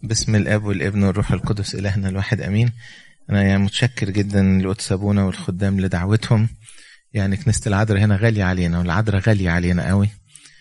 باسم الاب والابن والروح القدس الهنا الواحد امين. انا يعني متشكر جدا لقدس ابونا والخدام لدعوتهم. يعني كنيسه العذراء هنا غاليه علينا، والعذراء غاليه علينا قوي.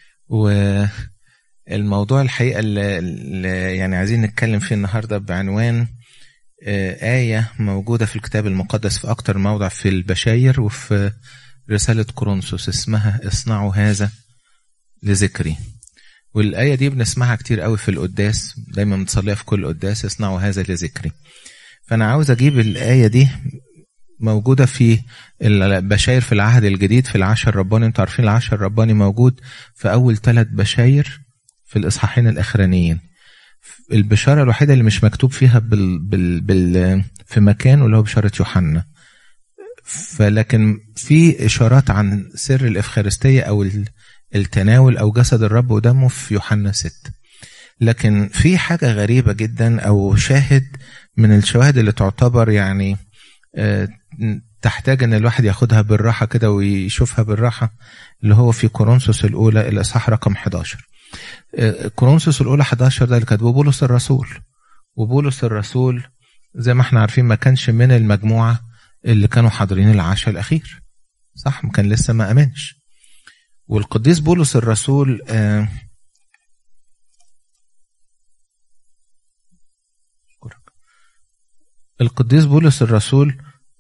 والموضوع الحقيقه اللي يعني عايزين نتكلم فيه النهارده بعنوان آية موجودة في الكتاب المقدس في أكتر موضع في البشاير وفي رسالة كورنثوس، اسمها اصنعوا هذا لذكري. والآية دي بنسمعها كتير قوي في القداس، دايما بنصليها في كل قداس، اصنعوا هذا لذكري. فأنا عاوز أجيب الآية دي موجودة في البشاير في العهد الجديد في العشر الرباني. انتوا عارفين العشر الرباني موجود في أول 3 بشاير في الإصحاحين الأخرانيين. البشارة الوحيدة اللي مش مكتوب فيها في مكان، واللي هو بشارة يوحنا. فلكن في إشارات عن سر الإفخارستية أو التناول أو جسد الرب ودمه في يوحنا 6. لكن في حاجة غريبة جدا، أو شاهد من الشواهد اللي تعتبر يعني تحتاج أن الواحد ياخدها بالراحة كده ويشوفها بالراحة، اللي هو في كورنثوس الأولى الإصحاح رقم 11. كورنثوس الأولى 11 ده اللي كاتبه بولس الرسول. وبولس الرسول زي ما احنا عارفين ما كانش من المجموعة اللي كانوا حاضرين العشاء الأخير، صح؟ ما كان لسه ما أمنش. والقديس بولس الرسول القديس بولس الرسول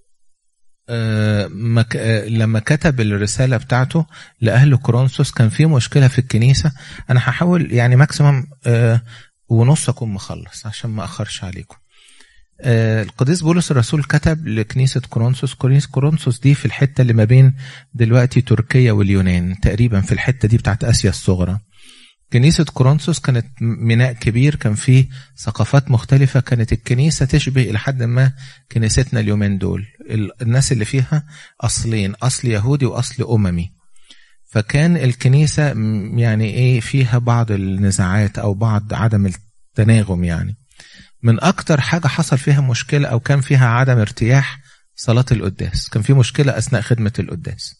لما كتب الرسالة بتاعته لأهل كورنثوس كان في مشكلة في الكنيسة. أنا هحاول يعني ماكسيمم ونص أكون مخلص عشان ما أخرش عليكم. القديس بولس الرسول كتب لكنيسة كورنثوس. كورنثوس دي في الحتة اللي ما بين دلوقتي تركيا واليونان تقريبا، في الحتة دي بتاعت آسيا الصغرى. كنيسة كورنثوس كانت ميناء كبير، كان فيه ثقافات مختلفة. كانت الكنيسة تشبه إلى حد ما كنيستنا اليومين دول. الناس اللي فيها أصلين، أصل يهودي وأصل أممي. فكان الكنيسة يعني إيه فيها بعض النزاعات أو بعض عدم التناغم. يعني من أكتر حاجة حصل فيها مشكلة أو كان فيها عدم ارتياح صلاة القداس. كان في مشكلة أثناء خدمة القداس.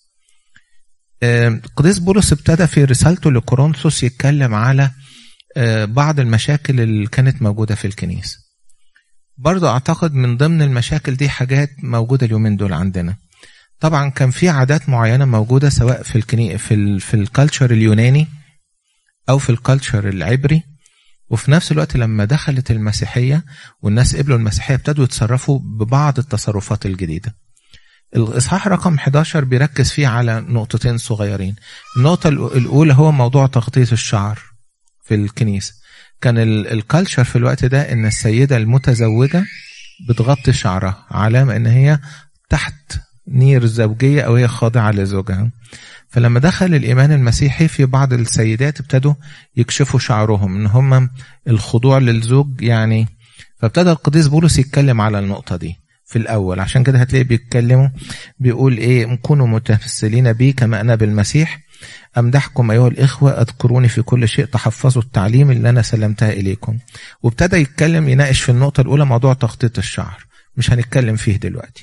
القديس بولس ابتدى في رسالته لكورنثوس يتكلم على بعض المشاكل اللي كانت موجودة في الكنيسة. برضو أعتقد من ضمن المشاكل دي حاجات موجودة اليومين دول عندنا. طبعا كان في عادات معينة موجودة سواء في الكالتشر اليوناني أو في الكالتشر العبري. وفي نفس الوقت لما دخلت المسيحية والناس قبلوا المسيحية ابتدوا يتصرفوا ببعض التصرفات الجديدة. الإصحاح رقم 11 بيركز فيه على نقطتين صغيرين. النقطة الأولى هو موضوع تغطية الشعر في الكنيسة. كان الكالتشر في الوقت ده إن السيدة المتزوجة بتغطي شعرها، علامة إن هي تحت نير الزوجية أو هي خاضعة لزوجها. فلما دخل الإيمان المسيحي في بعض السيدات ابتدوا يكشفوا شعرهم إن هم الخضوع للزوج يعني. فابتدى القديس بولس يتكلم على النقطة دي في الأول. عشان كده هتلاقي بيتكلموا بيقول إيه: كونوا متمثلين بي كما أنا بالمسيح، أمدحكم أيها الإخوة، أذكروني في كل شيء، تحفظوا التعليم اللي أنا سلمتها إليكم. وابتدى يتكلم يناقش في النقطة الأولى موضوع تغطية الشعر، مش هنتكلم فيه دلوقتي.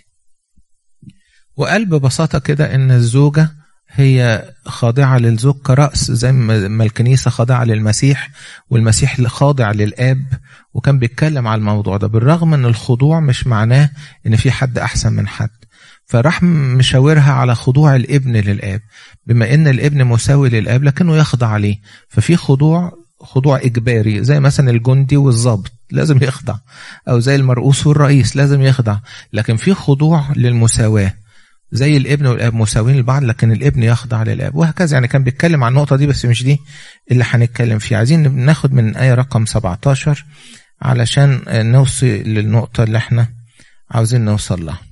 وقال ببساطة كده إن الزوجة هي خاضعة للزوج كرأس، زي ما الكنيسة خاضعة للمسيح والمسيح خاضع للآب. وكان بيتكلم على الموضوع ده، بالرغم ان الخضوع مش معناه ان في حد احسن من حد. فراح مشاورها على خضوع الابن للآب، بما ان الابن مساوي للآب لكنه يخضع ليه. ففي خضوع إجباري، زي مثلا الجندي والضابط لازم يخضع، أو زي المرؤوس والرئيس لازم يخضع. لكن في خضوع للمساواة، زي الابن والاب مساوين لبعض لكن الابن يخضع للاب، وهكذا. يعني كان بيتكلم عن النقطة دي، بس مش دي اللي هنتكلم فيها. عايزين ناخد من آية رقم 17 علشان نوصل للنقطة اللي احنا عاوزين نوصل لها.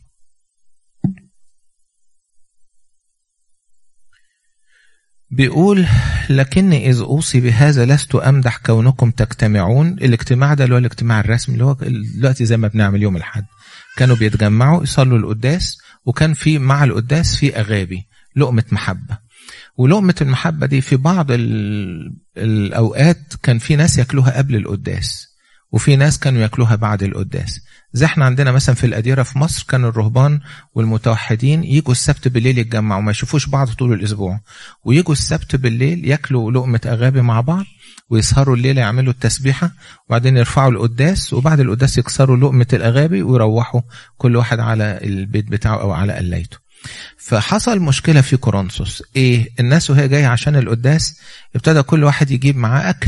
بيقول: لكني إذ أوصي بهذا لست أمدح كونكم تجتمعون. الاجتماع ده اللي هو الاجتماع الرسمي، اللي هو دلوقتي زي ما بنعمل يوم الأحد. كانوا بيتجمعوا يصلوا القداس، وكان في مع القداس في أغابي لقمة محبة. ولقمة المحبة دي في بعض الأوقات كان في ناس يأكلوها قبل القداس، وفي ناس كانوا يأكلوها بعد القداس. زي احنا عندنا مثلا في الأديرة في مصر كانوا الرهبان والمتوحدين يجوا السبت بالليل يتجمعوا، ما يشوفوش بعض طول الأسبوع، ويجوا السبت بالليل يأكلوا لقمة أغابي مع بعض، ويسهروا الليلة يعملوا التسبيحة، وبعدين يرفعوا القداس، وبعد القداس يكسروا لقمة الأغابي ويروحوا كل واحد على البيت بتاعه أو على قلايته. فحصل مشكلة في كورنثوس. إيه؟ الناس وهي جاية عشان القداس ابتدى كل واحد يجيب معاه أكل.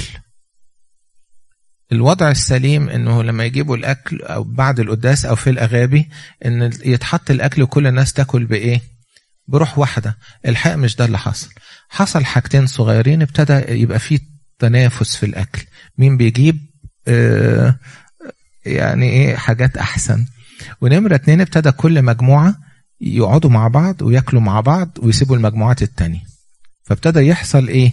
الوضع السليم إنه لما يجيبوا الأكل أو بعد القداس أو في الأغابي إن يتحط الأكل وكل الناس تاكل بإيه؟ بروح واحدة. الحقيقة مش ده اللي حصل. حصل حاجتين صغيرين، ابتدى يبقى فيه تنافس في الأكل، مين بيجيب يعني إيه حاجات أحسن. ونمرة 2 ابتدى كل مجموعة يقعدوا مع بعض ويأكلوا مع بعض ويسيبوا المجموعات التانية. فابتدى يحصل إيه؟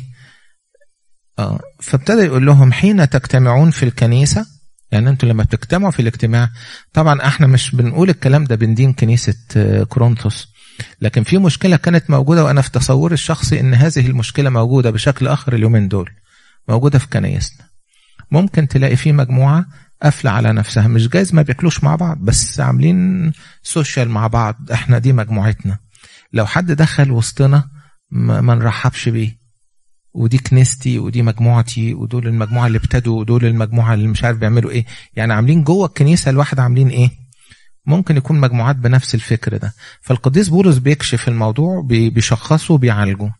فابتدى يقول لهم حين تجتمعون في الكنيسة، يعني أنتوا لما بتجتمعوا في الاجتماع، طبعا احنا مش بنقول الكلام ده بندين كنيسة كورنثوس، لكن في مشكلة كانت موجودة، وأنا في تصور الشخصي إن هذه المشكلة موجودة بشكل آخر اليومين دول، موجودة في كنايسنا. ممكن تلاقي في مجموعة قافلة على نفسها، مش جايز ما بياكلوش مع بعض بس عاملين سوشيال مع بعض، احنا دي مجموعتنا، لو حد دخل وسطنا ما نرحبش بيه، ودي كنيستي ودي مجموعتي، ودول المجموعة اللي ابتدوا ودول المجموعة اللي مش عارف بيعملوا ايه، يعني عاملين جوه الكنيسة الواحدة عاملين ايه. ممكن يكون مجموعات بنفس الفكر ده. فالقديس بولس بيكشف الموضوع، بيشخصه وبيعالجه.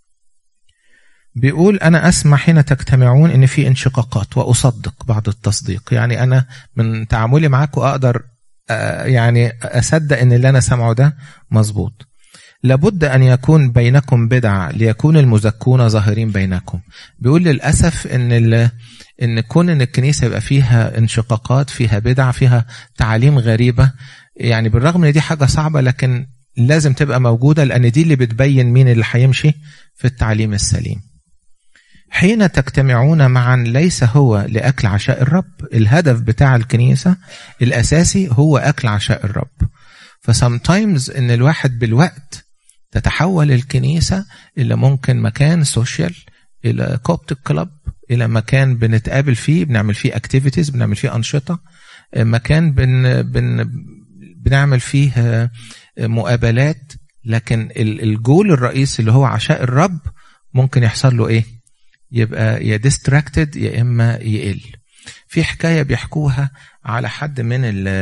بيقول أنا أسمع حين تجتمعون إن في انشقاقات وأصدق بعض التصديق، يعني أنا من تعاملي معاكم أقدر يعني أصدق إن اللي أنا سمعه ده مظبوط. لابد أن يكون بينكم بدعة ليكون المزكون ظاهرين بينكم. بيقول للأسف إن كون إن الكنيسة يبقى فيها انشقاقات، فيها بدع، فيها تعاليم غريبة، يعني بالرغم إن دي حاجة صعبة لكن لازم تبقى موجودة، لأن دي اللي بتبين مين اللي هيمشي في التعليم السليم. حين تجتمعون معا ليس هو لأكل عشاء الرب، الهدف بتاع الكنيسة الأساسي هو أكل عشاء الرب. فسامتايمز إن الواحد بالوقت تتحول الكنيسة إلى ممكن مكان سوشيال، إلى كوبتك كلاب، إلى مكان بنتقابل فيه، بنعمل فيه اكتيفيتيز، بنعمل فيه أنشطة، مكان بنعمل فيه مقابلات، لكن الجول الرئيسي اللي هو عشاء الرب ممكن يحصل له إيه؟ يبقى يا ديستراكتد يا إما يقل. في حكاية بيحكوها على حد من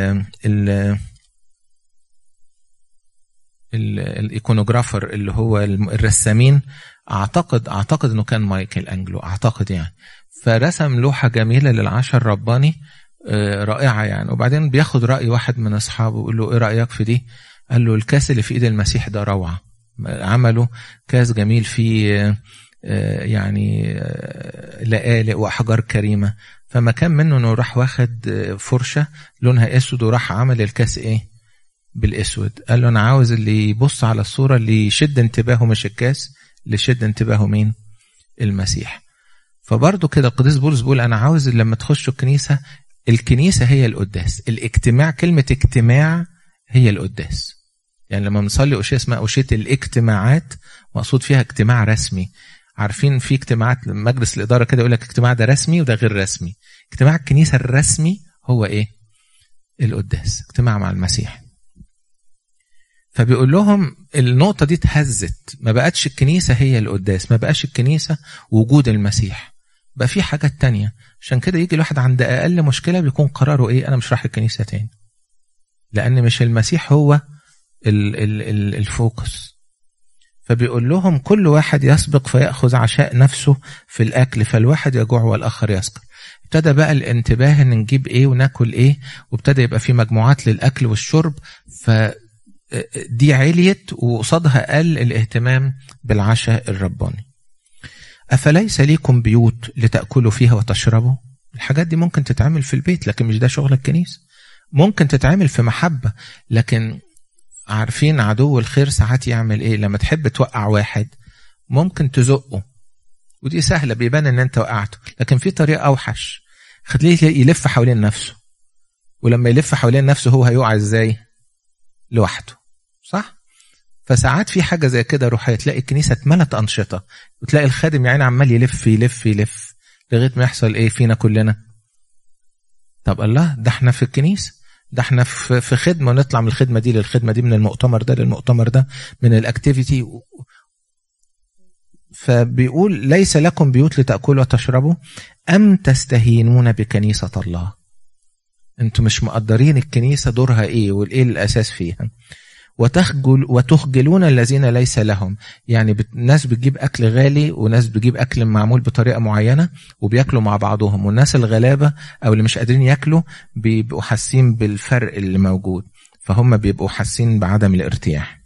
الايكونوغرافر اللي هو الرسامين، اعتقد انه كان مايكل انجلو، اعتقد يعني، فرسم لوحة جميلة للعشاء الرباني رائعة يعني، وبعدين بياخد رأي واحد من اصحابه ويقول له ايه رأيك في دي؟ قال له الكاس اللي في ايد المسيح ده روعة، عملوا كاس جميل فيه يعني لآلئ وأحجار كريمة، فما كان منه انه راح واخد فرشة لونها اسود وراح عمل الكاس ايه بالاسود. قال له انا عاوز اللي يبص على الصورة اللي يشد انتباهه مش الكاس، اللي يشد انتباهه مين؟ المسيح. فبرضه كده القديس بولس بيقول انا عاوز لما تخشوا الكنيسة هي القداس، الاجتماع، كلمة اجتماع هي القداس، يعني لما بنصلي أشياء اسمها أشياء الاجتماعات، مقصود فيها اجتماع رسمي. عارفين في اجتماعات مجلس الإدارة كده يقول لك اجتماع ده رسمي وده غير رسمي. اجتماع الكنيسة الرسمي هو ايه؟ القداس، اجتماع مع المسيح. فبيقول لهم النقطة دي اتهزت، ما بقتش الكنيسة هي القداس، ما بقاش الكنيسة وجود المسيح، بقى في حاجات تانية. عشان كده يجي الواحد عند أقل مشكلة بيكون قراره ايه؟ أنا مش رايح الكنيسة تاني، لأن مش المسيح هو الفوكس. فبيقول لهم كل واحد يسبق فيأخذ عشاء نفسه في الأكل، فالواحد يجوع والآخر يسكر. ابتدى بقى الانتباه ان نجيب ايه وناكل ايه، وابتدى يبقى في مجموعات للأكل والشرب، فدي عليت وقصادها قل الاهتمام بالعشاء الرباني. أفليس ليكم بيوت لتأكلوا فيها وتشربوا؟ الحاجات دي ممكن تتعمل في البيت لكن مش ده شغل الكنيسة. ممكن تتعمل في محبة، لكن عارفين عدو الخير ساعات يعمل ايه؟ لما تحب توقع واحد ممكن تزقه، ودي سهلة بيبان ان انت وقعته، لكن في طريقة اوحش، خليه يلف حوالين نفسه، ولما يلف حوالين نفسه هو هيقع ازاي؟ لوحده، صح؟ فساعات في حاجة زي كده روحية، تلاقي الكنيسة اتملت أنشطة، وتلاقي الخادم يعني عمال يلف يلف يلف لغاية ما يحصل ايه فينا كلنا؟ طب الله، ده احنا في الكنيسة، ده احنا في خدمة، نطلع من الخدمة دي للخدمة دي، من المؤتمر ده للمؤتمر ده، من الاكتيفيتي. فبيقول ليس لكم بيوت لتأكلوا وتشربوا أم تستهينون بكنيسة الله. انتوا مش مقدرين الكنيسة دورها ايه والايه الأساس فيها. وتخجلون الذين ليس لهم، يعني ناس بتجيب أكل غالي وناس بتجيب أكل معمول بطريقة معينة وبيأكلوا مع بعضهم، والناس الغلابة أو اللي مش قادرين يأكلوا بيبقوا حاسين بالفرق اللي موجود، فهم بيبقوا حاسين بعدم الارتياح.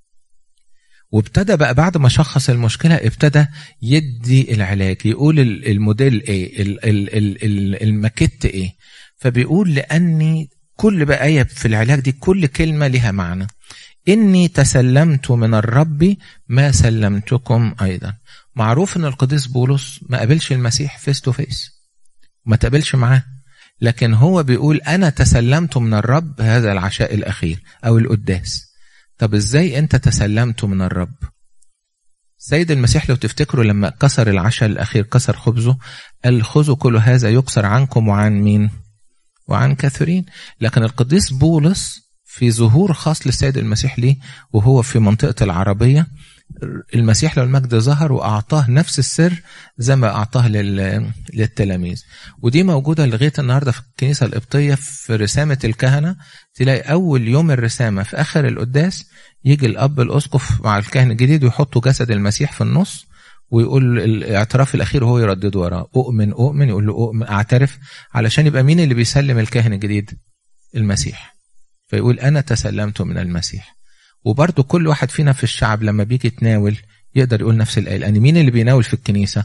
وابتدى بقى بعد ما شخص المشكلة ابتدى يدي العلاج، يقول الموديل ايه، الماكيت ايه. فبيقول لأني كل بقى آية في العلاج دي كل كلمة لها معنى. إني تسلمت من الرب ما سلمتكم أيضا. معروف أن القديس بولس ما قابلش المسيح فيس تو فيس، ما تقابلش معاه، لكن هو بيقول أنا تسلمت من الرب هذا العشاء الأخير أو القداس. طب إزاي أنت تسلمت من الرب؟ سيد المسيح لو تفتكروا لما كسر العشاء الأخير كسر خبزه قال خذوا كل هذا يكسر عنكم وعن مين؟ وعن كثيرين. لكن القديس بولس في ظهور خاص للسيد المسيح ليه وهو في منطقة العربية، المسيح له المجد ظهر وأعطاه نفس السر زي ما أعطاه للتلاميذ. ودي موجودة لغاية النهاردة في الكنيسة القبطية في رسامة الكهنة. تلاقي أول يوم الرسامة في آخر القداس يجي الأب الأسقف مع الكاهن الجديد ويحطوا جسد المسيح في النص ويقول الاعتراف الأخير وهو يردد وراه أؤمن، يقول له أؤمن أعترف، علشان يبقى مين اللي بيسلم الكاهن الجديد؟ المسيح. فيقول أنا تسلمت من المسيح. وبرضو كل واحد فينا في الشعب لما بيجي يتناول يقدر يقول نفس الآية، لأن مين اللي بيناول في الكنيسة؟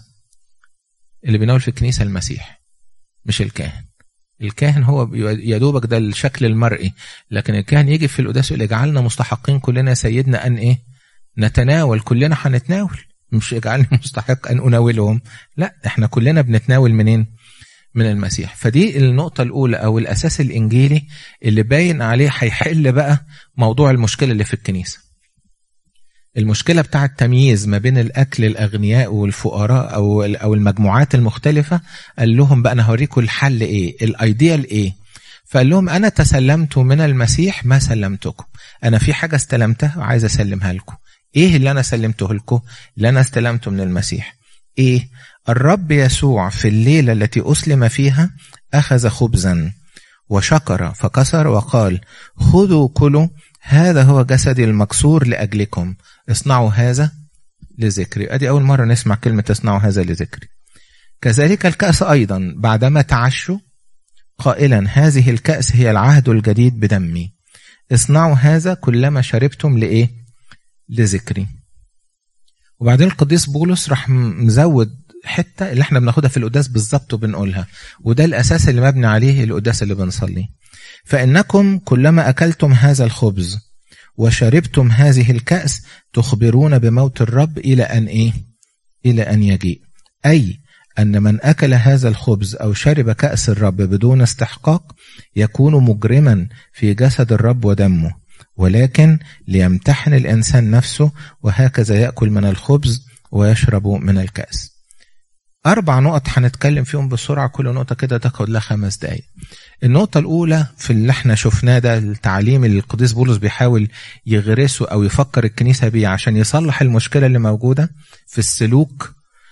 اللي بيناول في الكنيسة المسيح مش الكاهن. الكاهن هو يدوبك ده الشكل المرئي، لكن الكاهن يجي في القداس يقول اجعلنا مستحقين كلنا سيدنا أن إيه؟ نتناول. كلنا هنتناول، مش اجعلني مستحق أن أناولهم، لا احنا كلنا بنتناول منين؟ من المسيح. فدي النقطة الأولى أو الأساس الإنجيلي اللي باين عليه هيحل بقى موضوع المشكلة اللي في الكنيسة. المشكلة بتاع التمييز ما بين الأكل الأغنياء والفقراء أو المجموعات المختلفة. قال لهم بقى أنا هوريكم الحل إيه، الأيديال إيه. فقال لهم أنا تسلمت من المسيح ما سلمتكم. أنا في حاجة استلمتها وعايز أسلمها لكم. إيه اللي أنا سلمته لكم؟ اللي أنا استلمته من المسيح إيه؟ الرب يسوع في الليلة التي أسلم فيها أخذ خبزا وشكر فكسر وقال خذوا كلوا هذا هو جسدي المكسور لأجلكم اصنعوا هذا لذكري. أدي أول مرة نسمع كلمة اصنعوا هذا لذكري. كذلك الكأس أيضا بعدما تعشوا قائلا هذه الكأس هي العهد الجديد بدمي اصنعوا هذا كلما شربتم لإيه؟ لذكري. وبعدين القديس بولس راح مزود حتة اللي احنا بناخدها في القداس بالظبط وبنقولها، وده الأساس اللي مبني عليه القداس اللي بنصليه. فإنكم كلما أكلتم هذا الخبز وشربتم هذه الكأس تخبرون بموت الرب إلى أن إيه؟ إلى أن يجيء. أي أن من أكل هذا الخبز أو شرب كأس الرب بدون استحقاق يكون مجرما في جسد الرب ودمه، ولكن ليمتحن الإنسان نفسه وهكذا يأكل من الخبز ويشرب من الكأس. 4 نقط هنتكلم فيهم بسرعة، كل نقطة كده تاخد لها 5 دقايق. النقطة الأولى في اللي احنا شفناه ده التعليم اللي القديس بولس بيحاول يغرسه أو يفكر الكنيسة بيه عشان يصلح المشكلة اللي موجودة في السلوك.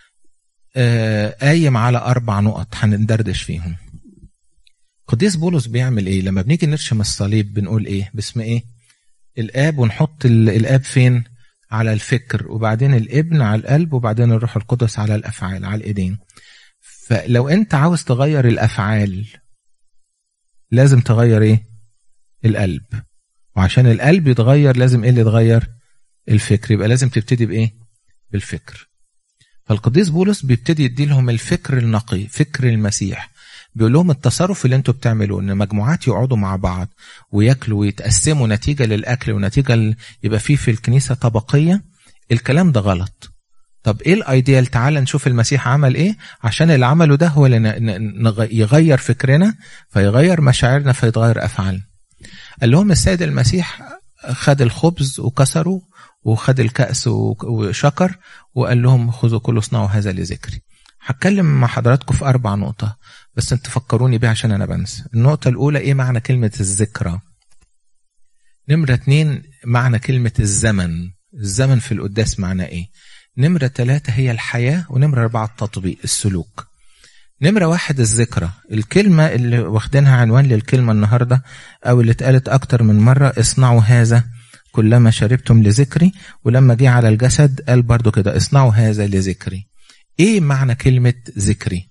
قايم على 4 نقط هندردش فيهم. القديس بولس بيعمل ايه لما بنيجي نرشم الصليب؟ بنقول ايه؟ باسم ايه؟ الآب، ونحط الآب فين؟ على الفكر، وبعدين الابن على القلب، وبعدين الروح القدس على الأفعال على الإيدين. فلو أنت عاوز تغير الأفعال لازم تغير إيه؟ القلب. وعشان القلب يتغير لازم إيه اللي يتغير؟ الفكر. يبقى لازم تبتدي بإيه؟ بالفكر. فالقديس بولس بيبتدي يدي لهم الفكر النقي، فكر المسيح. بيقول لهم التصرف اللي انتوا بتعملوه ان مجموعات يقعدوا مع بعض وياكلوا ويتقسموا نتيجة للأكل ونتيجة يبقى فيه في الكنيسة طبقية، الكلام ده غلط. طب ايه الايديال؟ تعال نشوف المسيح عمل ايه عشان اللي عمله ده هو اللي يغير فكرنا فيغير مشاعرنا فيتغير أفعالنا. قال لهم السيد المسيح خد الخبز وكسره وخد الكأس وشكر وقال لهم خذوا كلوا اصنعوا هذا لذكري. هتكلم مع حضراتكم في 4 نقطة بس انت تفكروني بيها عشان انا بنسى. النقطة الأولى ايه معنى كلمة الذكرى؟ نمرة 2 معنى كلمة الزمن. الزمن في القداس معنى ايه؟ نمرة 3 هي الحياة، ونمرة 4 التطبيق السلوك. نمرة 1 الذكرى، الكلمة اللي واخدينها عنوان للكلمة النهاردة أو اللي اتقالت أكتر من مرة، اصنعوا هذا كلما شربتم لذكري. ولما جه على الجسد قال برضو كده اصنعوا هذا لذكري. ايه معنى كلمة ذكري؟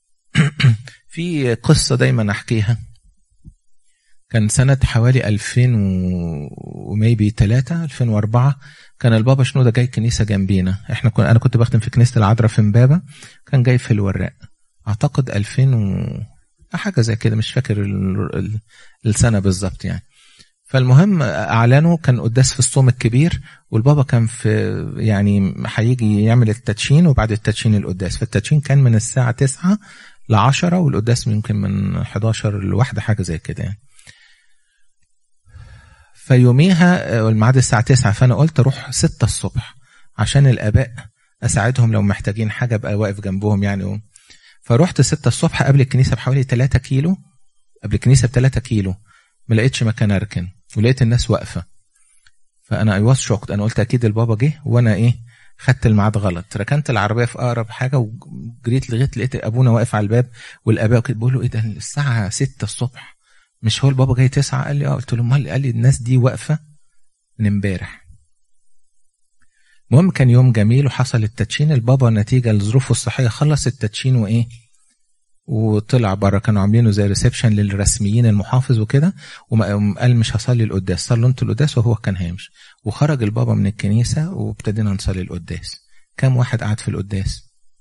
في قصة دايما احكيها. كان سنة حوالي 2003 كان البابا شنودة جاي كنيسة جنبينا. انا كنت بخدم في كنيسة العذراء في امبابة، كان جاي في الوراق اعتقد 2000 حاجة زي كده، مش فاكر السنة بالظبط يعني. فالمهم اعلنوا، كان قداس في الصوم الكبير، والبابا كان في يعني هيجي يعمل التدشين، وبعد التدشين القداس. فالتدشين كان من الساعة 9 ل10، والقداس يمكن من 11 ل1 حاجة زي كده يعني. فيوميها الميعاد الساعة 9، فأنا قلت أروح 6 الصبح عشان الآباء أساعدهم لو محتاجين حاجة بقى واقف جنبهم يعني. فروحت 6 الصبح قبل الكنيسة بحوالي 3 كيلو، قبل الكنيسة ب3 كيلو، ما لقيتش مكان أركن، ولقيت الناس واقفة. فأنا أيواز شوكت، أنا قلت أكيد البابا جه وأنا خدت الميعاد غلط. ركنت العربية في أقرب حاجة وجريت لغاية لقيت أبونا واقف على الباب، والآباء كده بيقولوا إيه ده الساعة 6 الصبح، مش هو البابا جاي 9؟ قال لي قلت له امال؟ قال لي الناس دي واقفه من امبارح. المهم كان يوم جميل وحصل التدشين. البابا نتيجه لظروفه الصحيه خلص التدشين وطلع بره. كانوا عاملينه زي ريسبشن للرسميين المحافظ وكده، وقال مش هصلي القداس، صلوا انتوا القداس، وهو كان هيمشي. وخرج البابا من الكنيسه وابتدينا نصلي القداس. كم واحد قعد في القداس؟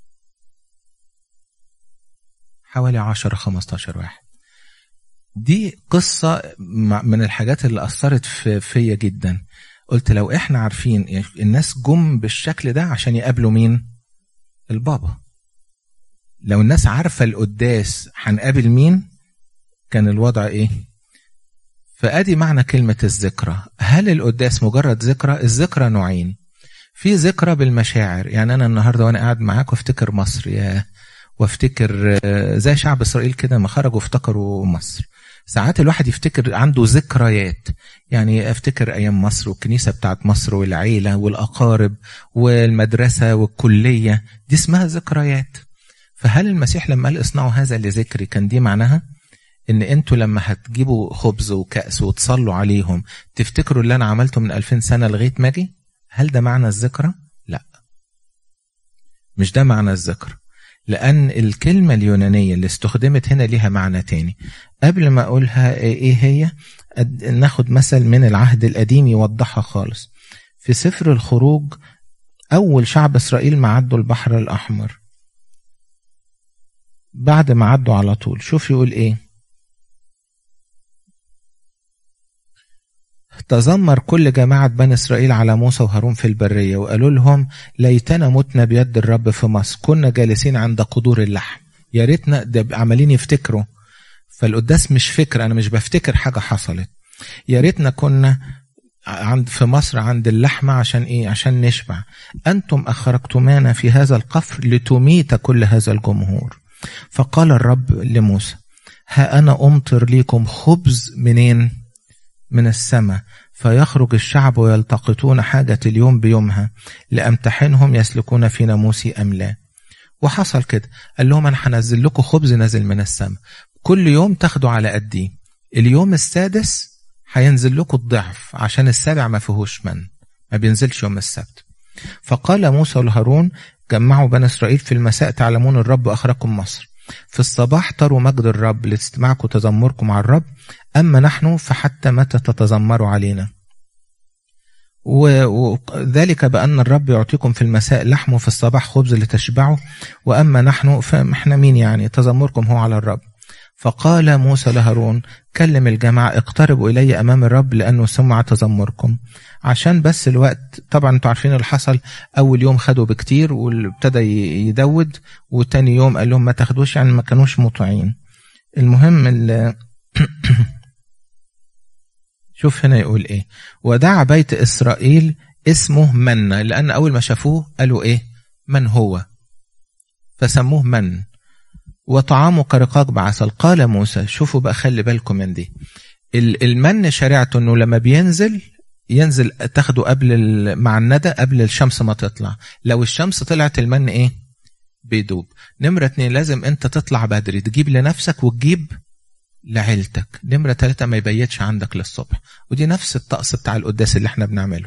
حوالي 10-15 واحد. دي قصة من الحاجات اللي أثرت فيا جدا. قلت لو إحنا عارفين الناس جم بالشكل ده عشان يقابلوا مين؟ البابا. لو الناس عارفة القداس هنقابل مين، كان الوضع إيه؟ فأدي معنى كلمة الذكرى. هل القداس مجرد ذكرى؟ الذكرى نوعين. في ذكرى بالمشاعر، يعني أنا النهاردة وأنا قاعد معاك وافتكر مصر، وافتكر زي شعب إسرائيل كده ما خرجوا افتكروا مصر. ساعات الواحد يفتكر عنده ذكريات، يعني افتكر ايام مصر والكنيسة بتاعت مصر والعيلة والاقارب والمدرسة والكلية، دي اسمها ذكريات. فهل المسيح لما قال اصنعوا هذا لذكري كان دي معناها ان انتوا لما هتجيبوا خبز وكأس وتصلوا عليهم تفتكروا اللي انا عملته من 2000 سنة لغاية ما اجي؟ هل ده معنى الذكرى؟ لا، مش ده معنى الذكرى. لأن الكلمة اليونانية اللي استخدمت هنا ليها معنى تاني. قبل ما أقولها إيه هي، ناخد مثل من العهد القديم يوضحها خالص. في سفر الخروج، أول شعب إسرائيل ما عدوا البحر الأحمر، بعد ما عدوا على طول شوف يقول إيه: تذمر كل جماعة بني إسرائيل على موسى وهارون في البرية، وقالوا لهم ليتنا متنا بيد الرب في مصر، كنا جالسين عند قدور اللحم. يا ريتنا، ده عمالين يفتكروا. فالقداس مش فكر، أنا مش بفتكر حاجة حصلت. يا ريتنا كنا في مصر عند اللحمة عشان إيه؟ عشان نشبع. أنتم أخرجتمانا في هذا القفر لتميت كل هذا الجمهور. فقال الرب لموسى: ها أنا أمطر ليكم خبز منين؟ من السماء، فيخرج الشعب ويلتقطون حاجة اليوم بيومها لأمتحنهم يسلكون في ناموسي أم لا. وحصل كده، قال لهم أنا هنزل لكم خبز نازل من السماء، كل يوم تاخدوا على قديه. اليوم السادس هينزل لكم الضعف، عشان السابع ما فيهوش من، ما بينزلش يوم السبت. فقال موسى لهارون: جمعوا بني إسرائيل في المساء تعلمون الرب أخرجكم مصر، في الصباح تروا مجد الرب لاستماعكم تذمركم على الرب، أما نحن فحتى متى تتذمروا علينا؟ وذلك بأن الرب يعطيكم في المساء لحم وفي الصباح خبز لتشبعوا، وأما نحن فإحنا مين يعني؟ تذمركم هو على الرب. فقال موسى لهارون: كلم الجماعة اقتربوا إلي أمام الرب لأنه سمع تذمركم. عشان بس الوقت، طبعا انتوا عارفين اللي حصل. أول يوم خدوا بكتير وابتدى يدود، وتاني يوم قال لهم ما تاخدوش، يعني ما كانوش مطيعين. المهم شوف هنا يقول ايه: ودعا بيت إسرائيل اسمه من، لأن أول ما شافوه قالوا ايه؟ من هو؟ فسموه من. وطعامه كرقاق بعسل. قال موسى، شوفوا بقى، خلي بالكم من دي، المن شريعته انه لما بينزل ينزل تاخده مع الندى قبل الشمس ما تطلع. لو الشمس طلعت المن ايه؟ بيدوب. نمرة 2 لازم انت تطلع بدري، تجيب لنفسك وتجيب لعيلتك. نمرة 3 ما يبيتش عندك للصبح، ودي نفس الطقس بتاع القداس اللي احنا بنعمله.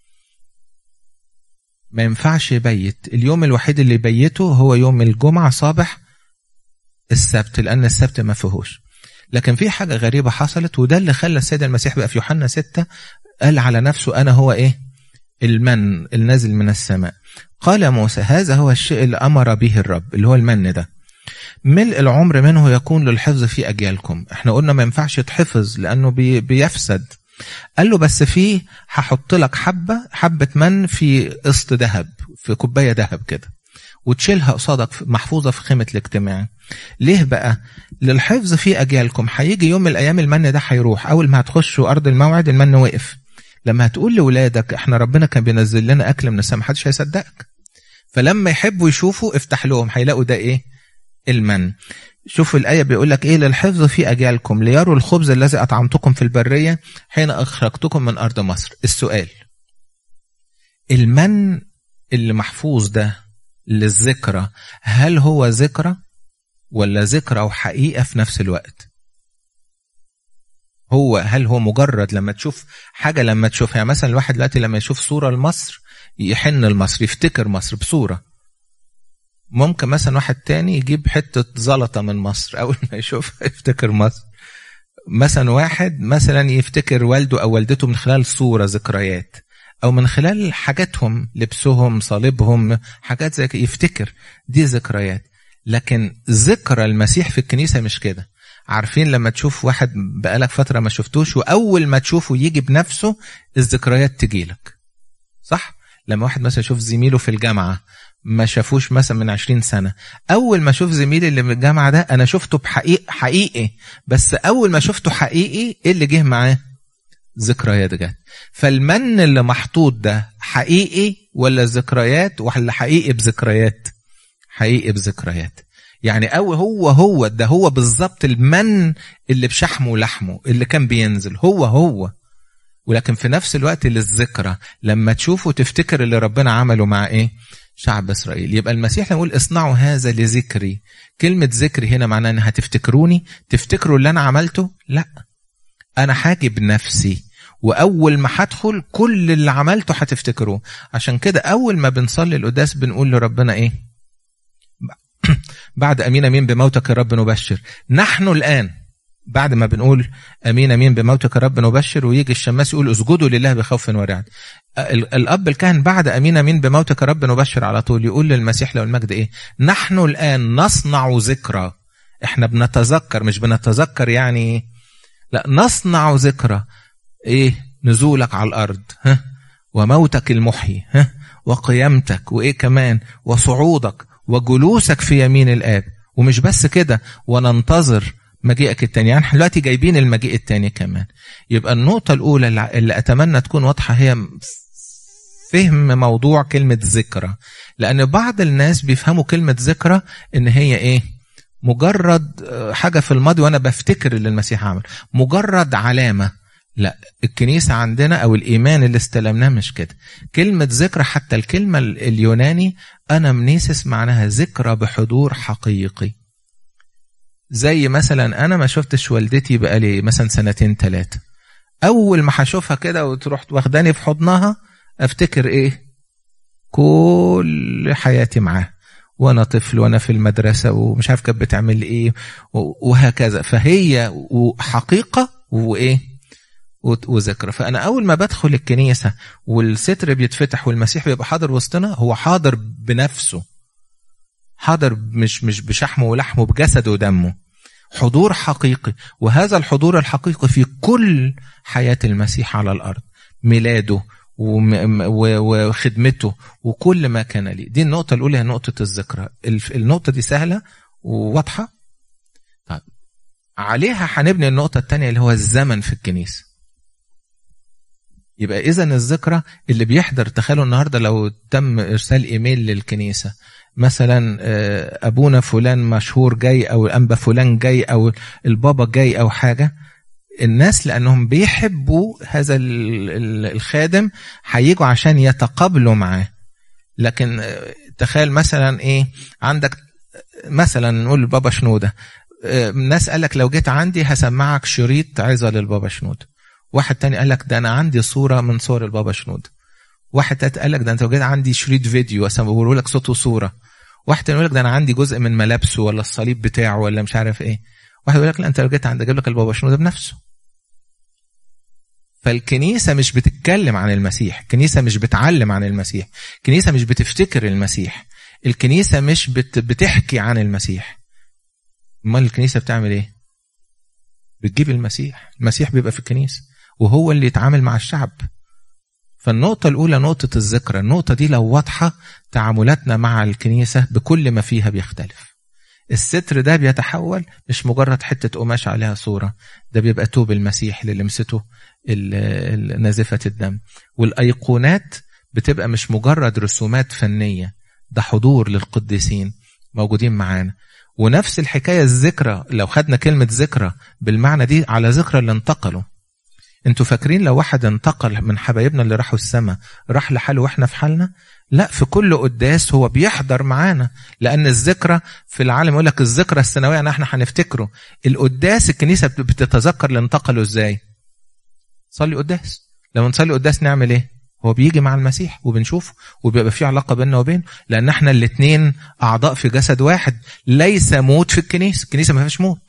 ما ينفعش يبيت. اليوم الوحيد اللي يبيته هو يوم الجمعة صباح السبت، لأن السبت ما فيهوش. لكن في حاجة غريبة حصلت، وده اللي خلى السيد المسيح بقى في يوحنا 6 قال على نفسه أنا هو إيه؟ المن النازل من السماء. قال موسى هذا هو الشيء اللي أمر به الرب، اللي هو المن ده، ملء العمر منه يكون للحفظ في أجيالكم. احنا قلنا ما ينفعش يتحفظ لأنه بيفسد. قال له بس فيه هحط لك حبة من في قسط ذهب، في كوباية ذهب كده، وتشيلها قصادك محفوظة في خيمة الاجتماع. ليه بقى؟ للحفظ في أجيالكم. هيجي يوم من الأيام المن ده هيروح. أول ما هتخشوا أرض الموعد المن وقف. لما هتقول لولادك احنا ربنا كان بينزل لنا أكل من السماء، محدش هيصدقك. فلما يحبوا يشوفوا افتح لهم، هيلاقوا ده ايه؟ المن. شوفوا الآية بيقول لك ايه؟ للحفظ في أجيالكم ليروا الخبز الذي أطعمتكم في البرية حين أخرجتكم من أرض مصر. السؤال، المن اللي محفوظ ده للذكرى، هل هو ذكرى ولا ذكرى وحقيقة في نفس الوقت؟ هل هو مجرد لما تشوف حاجة، لما تشوفها يعني مثلا الواحد دلوقتي لما يشوف صورة لمصر يحن لمصر، يفتكر مصر بصورة. ممكن مثلا واحد تاني يجيب حتة زلطة من مصر، أول ما يشوفها يفتكر مصر. مثلا واحد مثلا يفتكر والده أو والدته من خلال صورة، ذكريات، أو من خلال حاجاتهم، لبسهم، صليبهم، حاجات زي كده يفتكر، دي ذكريات. لكن ذكرى المسيح في الكنيسة مش كده. عارفين لما تشوف واحد بقالك فترة ما شفتوش، وأول ما تشوفه يجي بنفسه الذكريات تجيلك، صح؟ لما واحد مثلا يشوف زميله في الجامعة ما شافوش مثلا من 20 سنة، أول ما شوف زميلي اللي من الجامعة ده أنا شفته حقيقي، بس أول ما شفته حقيقي إيه اللي جه معاه؟ ذكريات جت. فالمن اللي محطوط ده حقيقي ولا ذكريات، ولا حقيقي بذكريات؟ حقيقي بذكريات. يعني هو ده هو بالظبط المن اللي بشحمه ولحمه اللي كان بينزل، هو ولكن في نفس الوقت للذكرى، لما تشوفه تفتكر اللي ربنا عمله مع ايه؟ شعب إسرائيل. يبقى المسيح لما يقول اصنعوا هذا لذكري، كلمة ذكري هنا معناها ان هتفتكروني، تفتكروا اللي انا عملته؟ لا، انا حاجب نفسي، واول ما هدخل كل اللي عملته هتفتكروه. عشان كده اول ما بنصلي القداس بنقول لربنا ايه؟ بعد امين امين بموتك يا رب نبشر. نحن الان بعد ما بنقول امين امين بموتك يا رب نبشر، ويجي الشماس يقول اسجدوا لله بخوف ورعد. الاب الكاهن بعد امين امين بموتك يا رب نبشر على طول يقول للمسيح له المجد ايه؟ نحن الان نصنع ذكرى. احنا بنتذكر، مش بنتذكر يعني، لا، نصنع ذكرى ايه؟ نزولك على الارض، وموتك المحيي، وقيامتك، وايه كمان؟ وصعودك، وجلوسك في يمين الآب. ومش بس كده، وننتظر مجيئك التاني. يعني احنا دلوقتي جايبين المجيء التاني كمان. يبقى النقطة الأولى اللي أتمنى تكون واضحة هي فهم موضوع كلمة ذكرى. لأن بعض الناس بيفهموا كلمة ذكرى إن هي إيه؟ مجرد حاجة في الماضي وأنا بفتكر اللي المسيح عمل، مجرد علامة. لا، الكنيسة عندنا أو الإيمان اللي استلمناه مش كده. كلمة ذكرى، حتى الكلمة اليوناني أنامنيسيس معناها ذكرى بحضور حقيقي. زي مثلا أنا ما شفتش والدتي بقالي مثلا 2-3، أول ما هشوفها كده وتروح واخداني في حضنها أفتكر إيه؟ كل حياتي معاه، وأنا طفل وأنا في المدرسة ومش عارف كانت بتعمل إيه وهكذا. فهي حقيقة وإيه؟ وذكرى. فأنا أول ما بدخل الكنيسة والستر بيتفتح والمسيح بيبقى حاضر وسطنا، هو حاضر بنفسه، حاضر مش بشحمه ولحمه، بجسده ودمه، حضور حقيقي. وهذا الحضور الحقيقي في كل حياة المسيح على الأرض، ميلاده وخدمته وكل ما كان لي. دي النقطة الأولى، هي نقطة الذكرى. النقطة دي سهلة وواضحة. طيب عليها هنبني النقطة الثانية اللي هو الزمن في الكنيسة. يبقى إذن الذكرى اللي بيحضر، تخيلوا النهاردة لو تم إرسال إيميل للكنيسة مثلا أبونا فلان مشهور جاي، أو الأنبا فلان جاي، أو البابا جاي، أو حاجة، الناس لأنهم بيحبوا هذا الخادم هيجوا عشان يتقابلوا معاه. لكن تخيل مثلا ايه، عندك مثلا نقول بابا شنودة، الناس قالك لو جيت عندي هسمعك شريط عظة للبابا شنودة. واحد تاني قالك ده أنا عندي صورة من صور البابا شنودة. واحد تالت قالك ده أنت لو جيت عندي شريط فيديو أصور لك صوت وصورة. واحد تاني يقولك ده أنا عندي جزء من ملابسه ولا الصليب بتاعه ولا مش عارف ايه. واحد يقولك لا أنت لو جيت عندي أجيب لك البابا شنودة بنفسه. فالكنيسة مش بتتكلم عن المسيح، الكنيسة مش بتعلم عن المسيح، الكنيسة مش بتفتكر المسيح، الكنيسة مش بتحكي عن المسيح. امال الكنيسة بتعمل ايه؟ بتجيب المسيح. المسيح بيبقى في الكنيسة وهو اللي يتعامل مع الشعب. فالنقطة الأولى نقطة الذكرى، النقطة دي لو واضحة تعاملاتنا مع الكنيسة بكل ما فيها بيختلف. الستر ده بيتحول مش مجرد حتة قماش عليها صورة، ده بيبقى توب المسيح اللي لمسته نازفة الدم. والأيقونات بتبقى مش مجرد رسومات فنية، ده حضور للقديسين موجودين معانا. ونفس الحكاية الذكرى، لو خدنا كلمة ذكرى بالمعنى دي على ذكرى اللي انتقلوا. انتوا فاكرين لو واحد انتقل من حبايبنا اللي راحوا السماء راح لحاله واحنا في حالنا؟ لا، في كل قداس هو بيحضر معانا، لأن الذكرى في العالم يقول لك الذكرى السنوية احنا هنفتكره. القداس الكنيسة بتتذكر اللي انتقلوا ازاي؟ صلي قداس. لما نصلي قداس نعمل ايه؟ هو بيجي مع المسيح وبنشوفه وبيبقى في علاقة بيننا وبينه، لأن احنا الاتنين أعضاء في جسد واحد. ليس موت في الكنيسة، الكنيسة ما فيهاش موت.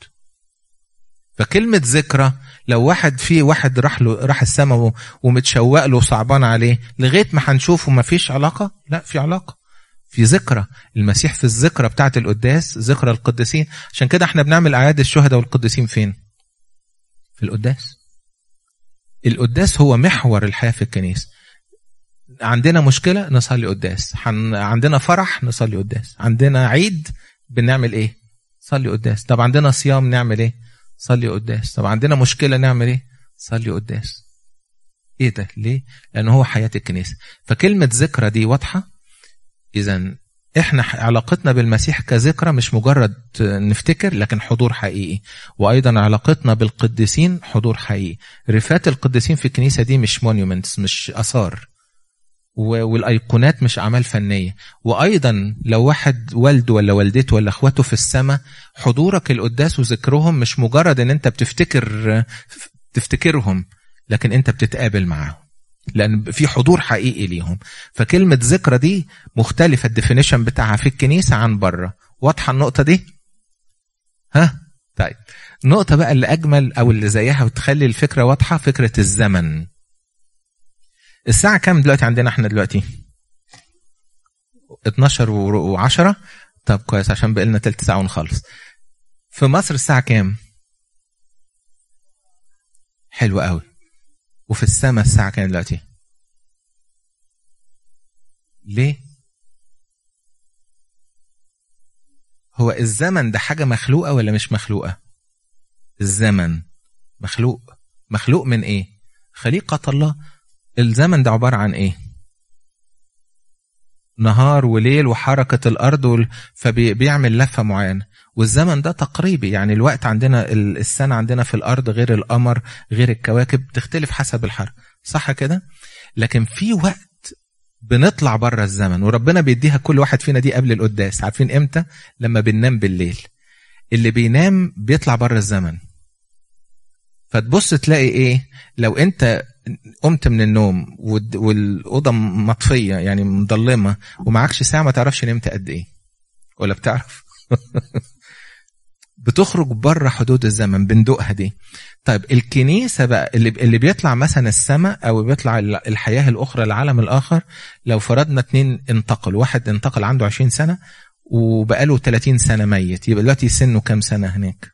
فكلمة ذكرى لو واحد راح السماء ومتشوق له وصعبان عليه لغاية ما هنشوفه ما فيش علاقة، لا في علاقة، في ذكرى. المسيح في الذكرى بتاعت القداس، ذكرى القديسين. عشان كده احنا بنعمل أعياد الشهداء والقديسين فين؟ في القداس. القداس هو محور الحياة في الكنيسة. عندنا مشكلة نصلي قداس، عندنا فرح نصلي قداس، عندنا عيد بنعمل ايه؟ صلي قداس. طب عندنا صيام نعمل ايه؟ صلي قداس. طب عندنا مشكلة نعمل ايه؟ صلي قداس. ايه ده؟ ليه؟ لأنه هو حياة الكنيسة. فكلمة ذكرى دي واضحة. إذن احنا علاقتنا بالمسيح كذكرى مش مجرد نفتكر، لكن حضور حقيقي. وايضا علاقتنا بالقديسين حضور حقيقي. رفات القديسين في الكنيسة دي مش مونيومنتس، مش اثار، والايقونات مش اعمال فنية. وايضا لو واحد والده ولا والدته ولا اخواته في السماء، حضورك القداس وذكرهم مش مجرد ان انت تفتكرهم، لكن انت بتتقابل معهم، لأن في حضور حقيقي ليهم. فكلمة ذكرى دي مختلفة الديفينيشن بتاعها في الكنيسة عن بره. واضحة النقطة دي؟ طيب، النقطة بقى اللي أجمل أو اللي زيها وتخلي الفكرة واضحة، فكرة الزمن. الساعة كام دلوقتي عندنا احنا دلوقتي؟ 12:10. طب كويس، عشان بقالنا تلت ساعة ونخلص. في مصر الساعة كام؟ حلو قوي. وفي السماء الساعة كام دلوقتي؟ ليه؟ هو الزمن ده حاجة مخلوقة ولا مش مخلوقة؟ الزمن مخلوق من ايه؟ خليقة الله. الزمن ده عبارة عن ايه؟ نهار وليل وحركة الأرض فبيعمل لفة معينة. والزمن ده تقريبي، يعني الوقت عندنا السنة عندنا في الأرض غير القمر غير الكواكب، تختلف حسب الحركة، صح كده؟ لكن في وقت بنطلع بره الزمن وربنا بيديها كل واحد فينا دي قبل القداس. عارفين امتى؟ لما بننام بالليل. اللي بينام بيطلع بره الزمن. فتبص تلاقي ايه؟ لو انت قمت من النوم والأوضة مطفية يعني مضلمة ومعكش ساعة، ما تعرفش نمت قد ايه، ولا بتعرف؟ بتخرج بره حدود الزمن، بندقها دي. طيب الكنيسة بقى اللي بيطلع مثلا السماء أو بيطلع الحياة الأخرى، العالم الآخر، لو فرضنا 2 انتقلوا، واحد انتقل عنده 20 سنة وبقاله 30 سنة ميت، يبقى دلوقتي سنه كام سنة هناك؟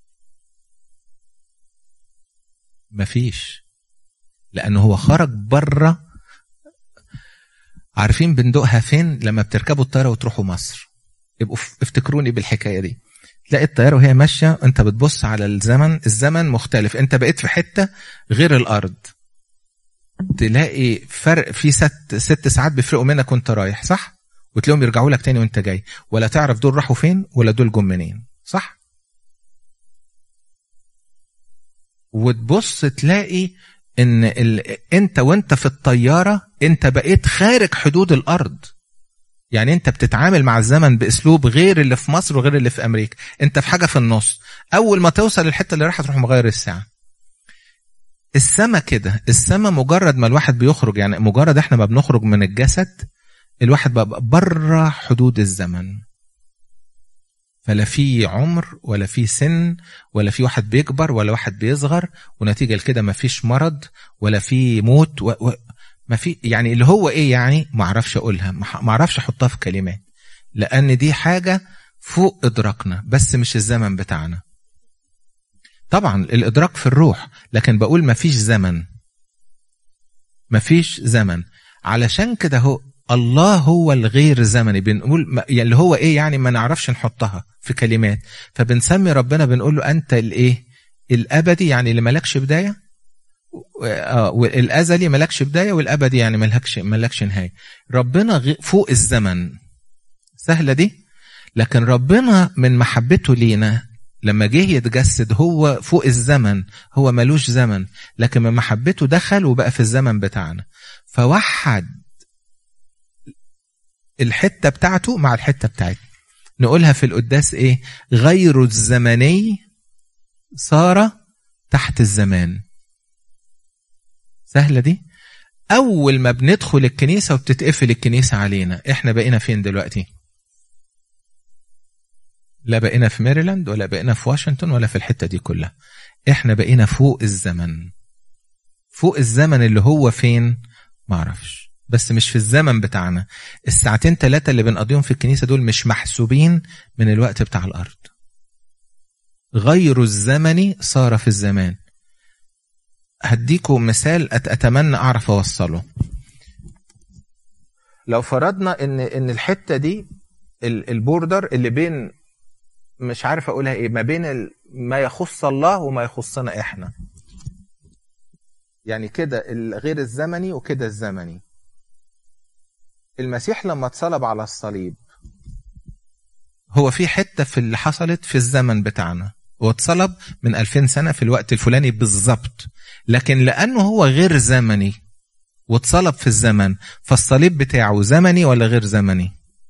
مفيش، لأنه هو خرج بره. عارفين بندقها فين؟ لما بتركبوا الطيارة وتروحوا مصر، يبقوا افتكروني بالحكاية دي. تلاقي الطيارة وهي ماشية انت بتبص على الزمن مختلف، انت بقيت في حتة غير الأرض. تلاقي فرق في 6 ساعات بيفرقوا منك وانت رايح، صح؟ وتلاقيهم يرجعوا لك تاني وانت جاي، ولا تعرف دول راحوا فين ولا دول جم منين، صح؟ وتبص تلاقي ان انت وانت في الطيارة انت بقيت خارج حدود الارض. يعني انت بتتعامل مع الزمن باسلوب غير اللي في مصر وغير اللي في امريكا، انت في حاجة في النص. اول ما توصل للحتة اللي راح تروح مغير الساعة. السما كده، السما مجرد ما الواحد بيخرج، يعني مجرد احنا ما بنخرج من الجسد الواحد بقى بره حدود الزمن. فلا في عمر ولا في سن ولا في واحد بيكبر ولا واحد بيصغر، ونتيجة لكده ما فيش مرض ولا في موت ما في. يعني اللي هو ايه يعني ما اعرفش اقولها، ما اعرفش احطها في كلمات، لان دي حاجة فوق ادراكنا بس مش الزمن بتاعنا. طبعا الادراك في الروح، لكن بقول ما فيش زمن، ما فيش زمن. علشان كده هو الله هو الغير زمني. بنقول اللي هو ايه يعني ما نعرفش نحطها في كلمات، فبنسمي ربنا بنقول له انت الايه الابدي، يعني اللي ملكش بدايه، والازلي ملكش بدايه، والابدي يعني ملكش نهايه. ربنا فوق الزمن. سهله دي. لكن ربنا من محبته لينا لما جه يتجسد هو فوق الزمن، هو ملوش زمن، لكن من محبته دخل وبقى في الزمن بتاعنا، فوحد الحتة بتاعته مع الحتة بتاعتنا. نقولها في القداس ايه؟ غير الزمني صار تحت الزمان. سهلة دي. اول ما بندخل الكنيسة وبتتقفل الكنيسة علينا، احنا بقينا فين دلوقتي؟ لا بقينا في ميريلاند ولا بقينا في واشنطن ولا في الحتة دي كلها. احنا بقينا فوق الزمن. فوق الزمن اللي هو فين؟ معرفش، بس مش في الزمن بتاعنا. الساعتين 3 اللي بنقضيهم في الكنيسة دول مش محسوبين من الوقت بتاع الأرض. غير الزمني صار في الزمان. هديكم مثال أتمنى أعرف أوصله. لو فرضنا إن الحتة دي البوردر اللي بين، مش عارف أقولها إيه، ما بين ما يخص الله وما يخصنا إحنا. يعني كده الغير الزمني وكده الزمني. المسيح لما اتصلب على الصليب هو في حتة في اللي حصلت في الزمن بتاعنا، واتصلب من 2000 سنة في الوقت الفلاني بالظبط، لكن لأنه هو غير زمني واتصلب في الزمن، فالصليب بتاعه زمني ولا غير زمني؟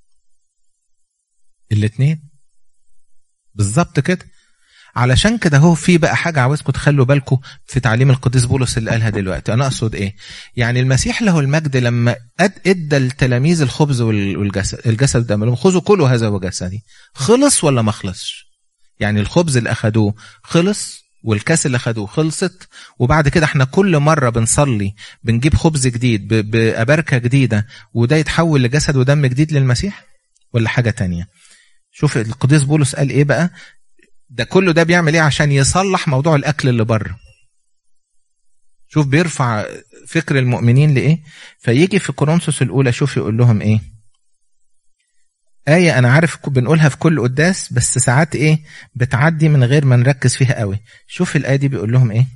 الاتنين بالظبط كده. علشان كده هو في بقى حاجة عاوزكم تخلوا بالكم في تعليم القديس بولس اللي قالها دلوقتي. أنا أقصد إيه؟ يعني المسيح له المجد لما أدى التلاميذ الخبز والجسد، الجسد ده لهم خذوا كلوا هذا وجسدي، خلص ولا ما خلصش؟ يعني الخبز اللي أخدوه خلص والكاس اللي أخدوه خلصت، وبعد كده احنا كل مرة بنصلي بنجيب خبز جديد بأبركة جديدة وده يتحول لجسد ودم جديد للمسيح، ولا حاجة تانية؟ شوف القديس بولس قال إيه بقى. ده كله ده بيعمل ايه عشان يصلح موضوع الاكل اللي بره. شوف بيرفع فكر المؤمنين لايه. فيجي في كورنثوس الاولى شوف يقول لهم ايه، آية انا عارف بنقولها في كل قداس بس ساعات ايه بتعدي من غير ما نركز فيها قوي. شوف الآية دي بيقول لهم ايه.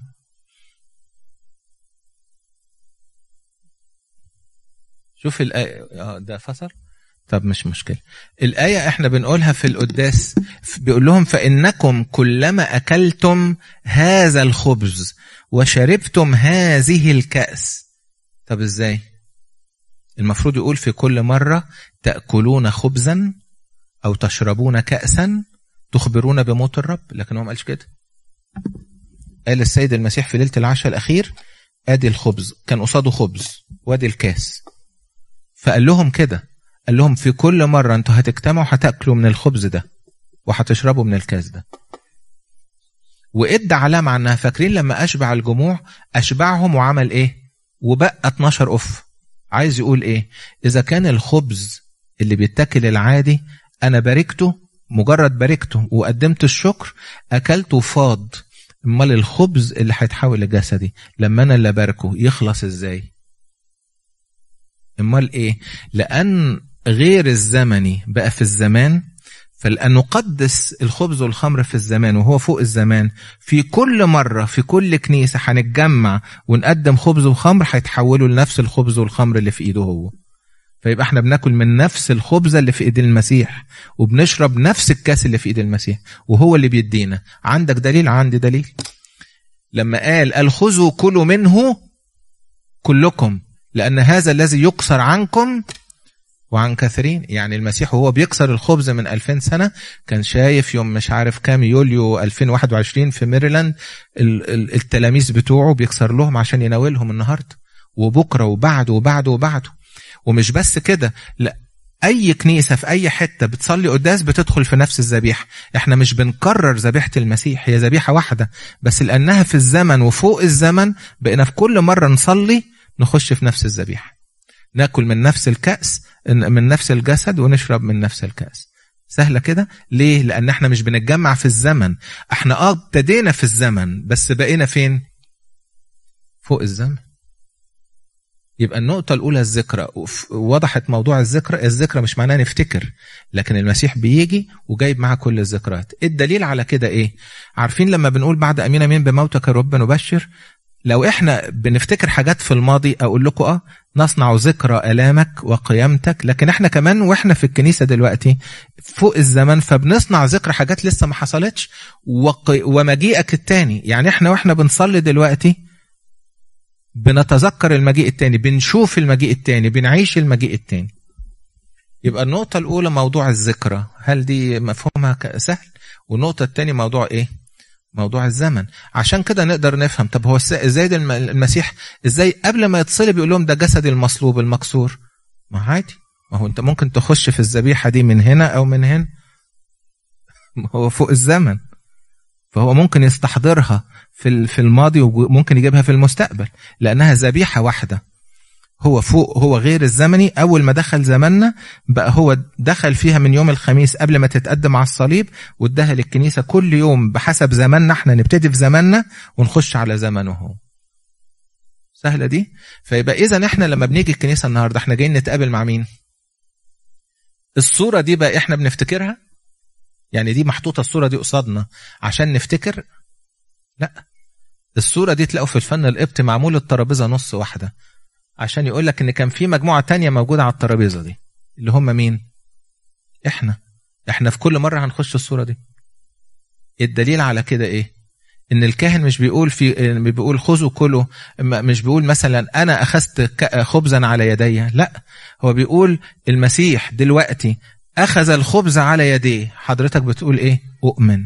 شوف الآية ده فصل. طب مش مشكلة. الآية احنا بنقولها في القداس، بيقول لهم فإنكم كلما أكلتم هذا الخبز وشربتم هذه الكأس. طب ازاي؟ المفروض يقول في كل مرة تأكلون خبزا أو تشربون كأسا تخبرون بموت الرب، لكن هو ما قالش كده. قال السيد المسيح في ليلة العشاء الأخير ادي الخبز، كان قصاده خبز وادي الكاس، فقال لهم كده، قال لهم في كل مرة انتوا هتجتمعوا هتاكلوا من الخبز ده وهتشربوا من الكاس ده. وادى علامة عنها. فاكرين لما أشبع الجموع أشبعهم وعمل ايه؟ وبقى 12 أف. عايز يقول ايه؟ إذا كان الخبز اللي بيتاكل العادي أنا باركته، مجرد باركته وقدمت الشكر أكلته فاض، امال الخبز اللي هيتحول لجسدي لما أنا اللي باركه يخلص ازاي؟ امال ايه؟ لأن غير الزمني بقى في الزمان، فلأن نقدس الخبز والخمر في الزمان وهو فوق الزمان، في كل مرة في كل كنيسة هنتجمع ونقدم خبز وخمر هيتحولوا لنفس الخبز والخمر اللي في ايده هو. فيبقى احنا بناكل من نفس الخبزة اللي في ايد المسيح وبنشرب نفس الكاس اللي في ايد المسيح، وهو اللي بيدينا. عندك دليل؟ عندي دليل. لما قال خذوا كلوا منه كلكم لأن هذا الذي يكسر عنكم وعن كثيرين. يعني المسيح وهو بيكسر الخبز من 2000 سنة كان شايف يوم مش عارف كام يوليو 2021 في ميريلاند التلاميذ بتوعه بيكسر لهم عشان يناولهم النهاردة وبكرة وبعده وبعده وبعده. ومش بس كده، لا، أي كنيسة في أي حتة بتصلي قداس بتدخل في نفس الذبيحة. احنا مش بنكرر ذبيحة المسيح، هي ذبيحة واحدة بس لأنها في الزمن وفوق الزمن بقينا في كل مرة نصلي نخش في نفس الذبيحة، ناكل من نفس الكأس من نفس الجسد ونشرب من نفس الكأس. سهلة كده. ليه؟ لأن احنا مش بنتجمع في الزمن، احنا ابتدينا في الزمن بس بقينا فين؟ فوق الزمن. يبقى النقطة الأولى الذكرى. وضحت موضوع الذكرى. الذكرى مش معناه نفتكر، لكن المسيح بيجي وجايب معاه كل الذكريات. الدليل على كده ايه؟ عارفين لما بنقول بعد أمين أمين بموتك يا رب نبشر، لو احنا بنفتكر حاجات في الماضي اقول لكم نصنع ذكرى آلامك وقيامتك، لكن احنا كمان واحنا في الكنيسة دلوقتي فوق الزمن فبنصنع ذكرى حاجات لسه ما حصلتش ومجيئك التاني. يعني احنا واحنا بنصلي دلوقتي بنتذكر المجيء التاني، بنشوف المجيء التاني، بنعيش المجيء التاني. يبقى النقطة الأولى موضوع الذكرى، هل دي مفهومها سهل؟ والنقطة التانية موضوع ايه؟ موضوع الزمن. عشان كده نقدر نفهم طب هو ازاي المسيح ازاي قبل ما يتصلب يقول لهم ده جسد المصلوب المكسور؟ ما عادي، ما هو انت ممكن تخش في الذبيحة دي من هنا او من هنا، هو فوق الزمن فهو ممكن يستحضرها في الماضي وممكن يجيبها في المستقبل لأنها ذبيحة واحدة. هو فوق، هو غير الزمني. أول ما دخل زمننا بقى هو دخل فيها من يوم الخميس قبل ما تتقدم على الصليب وادها للكنيسة كل يوم بحسب زمننا. احنا نبتدي في زمننا ونخش على زمنه. سهلة دي. فيبقى إذا احنا لما بنيجي الكنيسة النهاردة احنا جايين نتقابل مع مين؟ الصورة دي بقى احنا بنفتكرها؟ يعني دي محطوطة الصورة دي قصادنا عشان نفتكر؟ لا، الصورة دي تلاقوا في الفن القبطي معمول الترابيزة نص واحدة عشان يقول لك ان كان في مجموعة تانية موجودة على الترابيزة دي اللي هم مين؟ احنا في كل مرة هنخش الصورة دي. الدليل على كده ايه؟ ان الكاهن مش بيقول خذوا كلوا، مش بيقول مثلا انا اخذت خبزا على يدي، لا، هو بيقول المسيح دلوقتي اخذ الخبز على يديه. حضرتك بتقول ايه؟ اؤمن.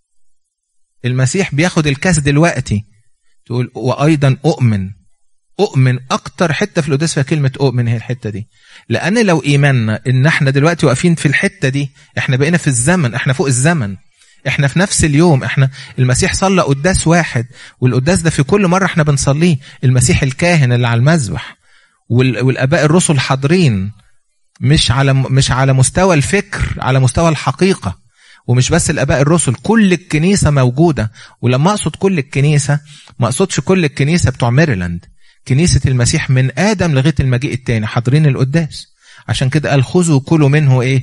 المسيح بياخد الكاس دلوقتي تقول وايضا اؤمن. اؤمن اكتر حته في القداس فيها كلمه اؤمن هي الحته دي، لان لو ايماننا ان احنا دلوقتي واقفين في الحته دي احنا بقينا في الزمن، احنا فوق الزمن، احنا في نفس اليوم. احنا المسيح صلى قداس واحد والقداس ده في كل مره احنا بنصليه المسيح الكاهن اللي على المذبح والاباء الرسل حاضرين، مش على مستوى الفكر، على مستوى الحقيقه. ومش بس الاباء الرسل، كل الكنيسه موجوده. ولما اقصد كل الكنيسه ما اقصدش كل الكنيسه بتوع ميريلاند، كنيسة المسيح من آدم لغاية المجيء التاني حاضرين القداس. عشان كده قال خذوا كلوا منه ايه؟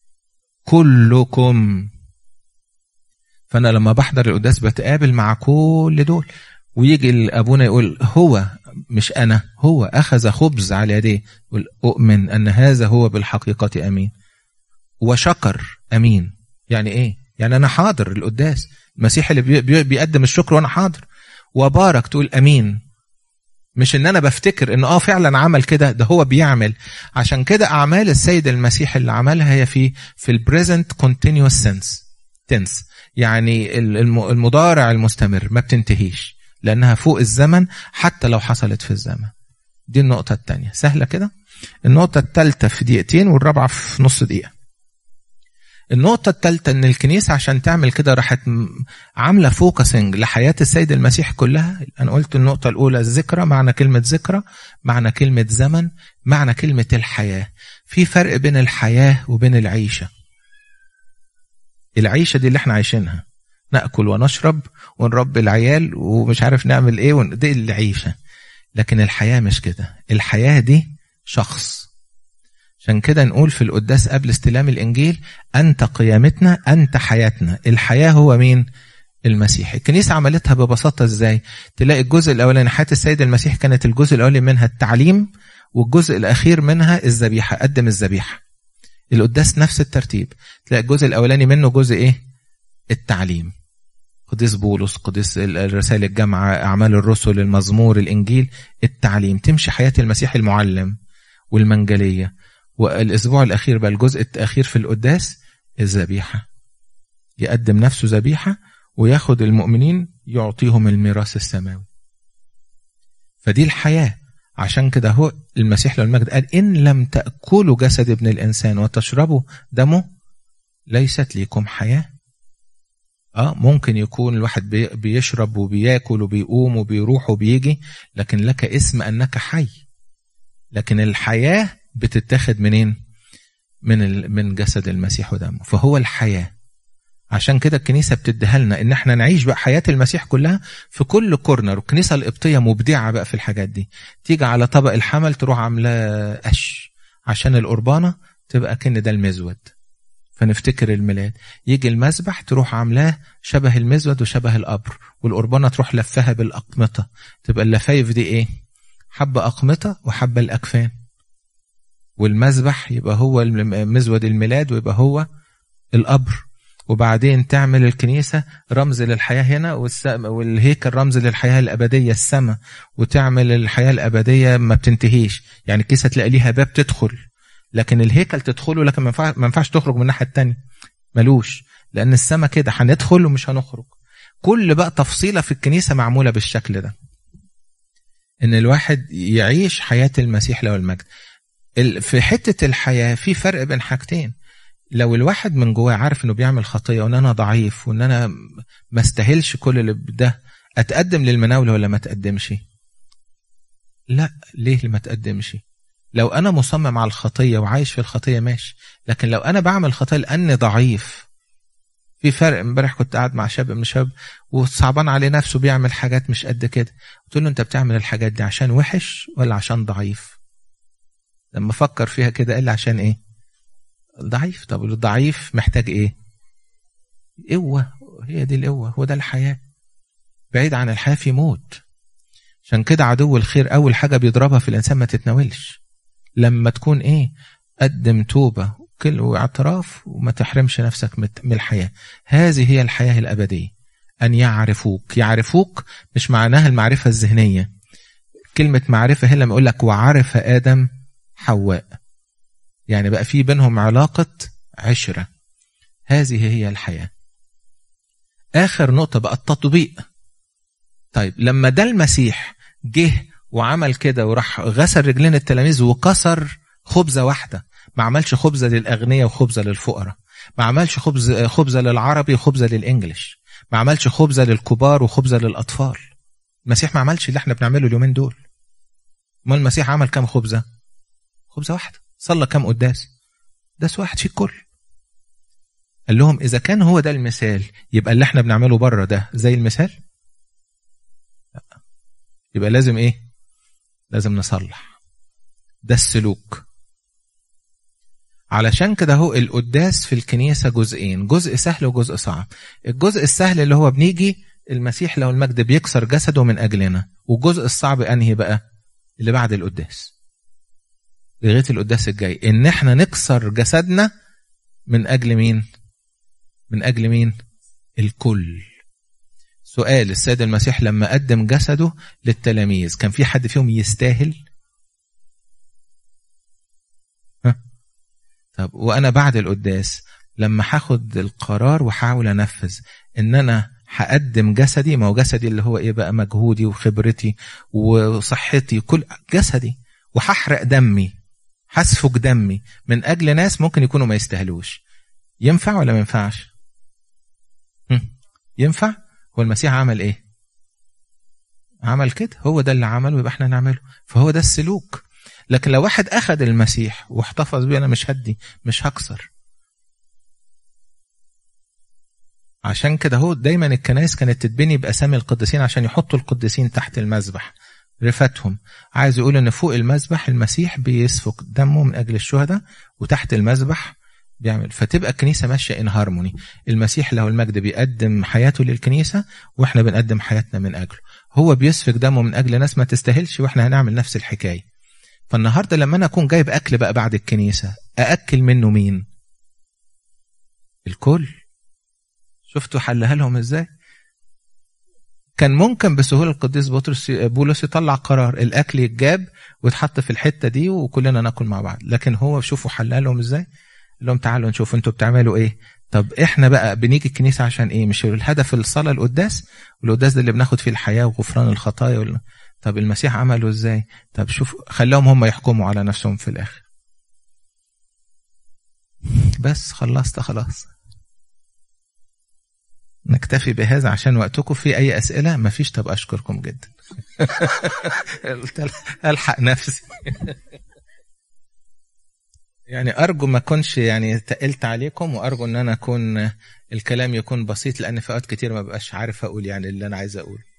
كلكم. فأنا لما بحضر القداس بتقابل مع كل دول، ويجي أبونا يقول هو مش أنا، هو أخذ خبز على يديه، يقول أؤمن أن هذا هو بالحقيقة أمين، وشكر أمين. يعني ايه؟ يعني أنا حاضر القداس، المسيح اللي بيقدم الشكر وأنا حاضر. وبارك تقول أمين، مش ان انا بفتكر ان فعلا عمل كده، ده هو بيعمل. عشان كده اعمال السيد المسيح اللي عملها هي في البريزنت كونتينيوس تنس، يعني المضارع المستمر، ما بتنتهيش لانها فوق الزمن حتى لو حصلت في الزمن. دي النقطة الثانية. سهلة كده. النقطة الثالثة في دقيقتين والرابعة في نص دقيقة. النقطة الثالثة ان الكنيسة عشان تعمل كده راحت عاملة فوكسنج لحياة السيد المسيح كلها. انا قلت النقطة الاولى الذكرى، معنى كلمة ذكرى، معنى كلمة زمن، معنى كلمة الحياة. في فرق بين الحياة وبين العيشة. العيشة دي اللي احنا عايشينها، نأكل ونشرب ونربي العيال ومش عارف نعمل ايه، دي العيشة. لكن الحياة مش كده. الحياة دي شخص. عشان كده نقول في القداس قبل استلام الإنجيل أنت قيامتنا، أنت حياتنا. الحياة هو مين؟ المسيح. الكنيسة عملتها ببساطة ازاي؟ تلاقي الجزء الأولاني حياة السيد المسيح كانت الجزء الأولاني منها التعليم، والجزء الأخير منها الذبيحة، قدم الذبيحة. القداس نفس الترتيب، تلاقي الجزء الأولاني منه جزء ايه؟ التعليم. قديس بولس، قديس الرسائل الجامعة، أعمال الرسل، المزمور، الإنجيل، التعليم، تمشي حياة المسيح المعلم والمنجلية. والأسبوع الأخير بقى الجزء الأخير في القداس الذبيحة، يقدم نفسه ذبيحة وياخد المؤمنين يعطيهم الميراث السماوي. فدي الحياة. عشان كده هو المسيح له المجد قال إن لم تأكلوا جسد ابن الإنسان وتشربوا دمه ليست لكم حياة. ممكن يكون الواحد بيشرب وبياكل وبيقوم وبيروح وبيجي، لكن لك اسم أنك حي. لكن الحياة بتتاخد منين؟ من جسد المسيح ودمه، فهو الحياة. عشان كده الكنيسة بتديها لنا ان احنا نعيش بقى حياة المسيح كلها في كل كورنر. والكنيسة القبطية مبدعة بقى في الحاجات دي. تيجي على طبق الحمل تروح عاملاه قش عشان القربانة تبقى كأن ده المزود فنفتكر الميلاد. يجي المذبح تروح عاملاه شبه المزود وشبه القبر، والقربانة تروح لفها بالأقمطة، تبقى اللفايف دي ايه؟ حبة أقمطة وحبة الأكفان. والمذبح يبقى هو مزود الميلاد ويبقى هو القبر. وبعدين تعمل الكنيسة رمز للحياة هنا، والهيكل رمز للحياة الأبدية السماء، وتعمل الحياة الأبدية ما بتنتهيش. يعني الكنيسة تلاقي ليها باب تدخل، لكن الهيكل تدخله لكن ما ينفعش تخرج من الناحية التانية، ملوش، لأن السماء كده هندخل ومش هنخرج. كل بقى تفصيلة في الكنيسة معمولة بالشكل ده، إن الواحد يعيش حياة المسيح له المجد. في حتة الحياة في فرق بين حاجتين. لو الواحد من جواه عارف انه بيعمل خطية وان انا ضعيف وان انا ما استاهلش كل اللي ده، اتقدم للمناولة ولا ما اتقدمش؟ لا، ليه ما اتقدمش؟ لو انا مصمم على الخطية وعايش في الخطية ماشي، لكن لو انا بعمل خطية لاني ضعيف. في فرق. امبارح كنت قاعد مع شاب من شاب وصعبان عليه نفسه بيعمل حاجات مش قد كده، قلت له انت بتعمل الحاجات دي عشان وحش ولا عشان ضعيف؟ لما فكر فيها كده قال لي عشان ايه؟ ضعيف. طب الضعيف محتاج ايه؟ قوة. هي دي القوة، هو ده الحياة. بعيد عن الحياة في موت. عشان كده عدو الخير اول حاجة بيضربها في الانسان ما تتناولش. لما تكون ايه؟ قدم توبة واعتراف وما تحرمش نفسك من الحياة. هذه هي الحياة الأبدية، أن يعرفوك. يعرفوك مش معناها المعرفة الذهنية. كلمة معرفة هي لما يقول لك وعرف آدم حواء، يعني بقى في بينهم علاقة عشرة. هذه هي الحياة. آخر نقطة بقى التطبيق. طيب لما ده المسيح جه وعمل كده وراح غسل رجلين التلاميذ وكسر خبزة واحدة، ما عملش خبزة للأغنياء وخبزة للفقراء، ما عملش خبزة للعربي وخبزة للإنجليش، ما عملش خبزة للكبار وخبزة للأطفال. المسيح ما عملش اللي احنا بنعمله اليومين دول. ما المسيح عمل كام خبزة؟ خبزة واحدة. صلى كام قداس؟ قداس واحد في الكل. قال لهم إذا كان هو ده المثال يبقى اللي احنا بنعمله بره ده زي المثال؟ لا. يبقى لازم ايه؟ لازم نصلح. ده السلوك. علشان كده هو القداس في الكنيسة جزئين، جزء سهل وجزء صعب. الجزء السهل اللي هو بنيجي المسيح له المجد بيكسر جسده من أجلنا، والجزء الصعب أنهي بقى؟ اللي بعد القداس لغاية القداس الجاي، إن احنا نكسر جسدنا من أجل مين؟ من أجل مين؟ الكل. سؤال، السيد المسيح لما قدم جسده للتلاميذ كان في حد فيهم يستاهل؟ طب وأنا بعد القداس لما هاخد القرار وحاول أنفذ إن أنا هقدم جسدي، ما هو جسدي اللي هو إيه بقى؟ مجهودي وخبرتي وصحتي، كل جسدي، وهحرق دمي، هسفك دمي من أجل ناس ممكن يكونوا ما يستاهلوش. ينفع ولا ما ينفعش؟ ينفع. هو المسيح عمل إيه؟ عمل كده، هو ده اللي عمله، يبقى احنا نعمله. فهو ده السلوك. لكن لو واحد أخذ المسيح واحتفظ بيه، أنا مش هدي، مش هكسر. عشان كده هو دايما الكنائس كانت تتبني بأسامي القديسين عشان يحطوا القديسين تحت المذبح رفاتهم. عايز يقول ان فوق المذبح المسيح بيسفك دمه من أجل الشهداء، وتحت المذبح بيعمل. فتبقى الكنيسة ماشية إن هارموني. المسيح له المجد بيقدم حياته للكنيسة وإحنا بنقدم حياتنا من أجله. هو بيسفك دمه من أجل ناس ما تستاهلش، وإحنا هنعمل نفس الحكاية. فالنهاردة لما أنا أكون جايب أكل بقى بعد الكنيسة، أأكل منه مين؟ الكل. شفتوا حلها لهم إزاي؟ كان ممكن بسهولة القديس بولس يطلع قرار الأكل يتجاب ويتحط في الحتة دي وكلنا ناكل مع بعض، لكن هو شوفوا حلالهم ازاي. لهم تعالوا نشوف انتوا بتعملوا ايه. طب احنا بقى بنيجي الكنيسة عشان ايه؟ مش الهدف الصلاة القداس، والقداس ده اللي بناخد فيه الحياة وغفران الخطايا طب المسيح عمله ازاي؟ طب شوف خلاهم هم يحكموا على نفسهم في الآخر. بس خلصت خلاص. نكتفي بهذا عشان وقتكم. في أي أسئلة؟ مفيش؟ طب أشكركم جدا. ألحق نفسي. يعني أرجو ما كنش يعني تقلت عليكم، وأرجو أن أنا أكون الكلام يكون بسيط، لأن في أوقات كتير ما بقاش عارف أقول يعني اللي أنا عايز أقول.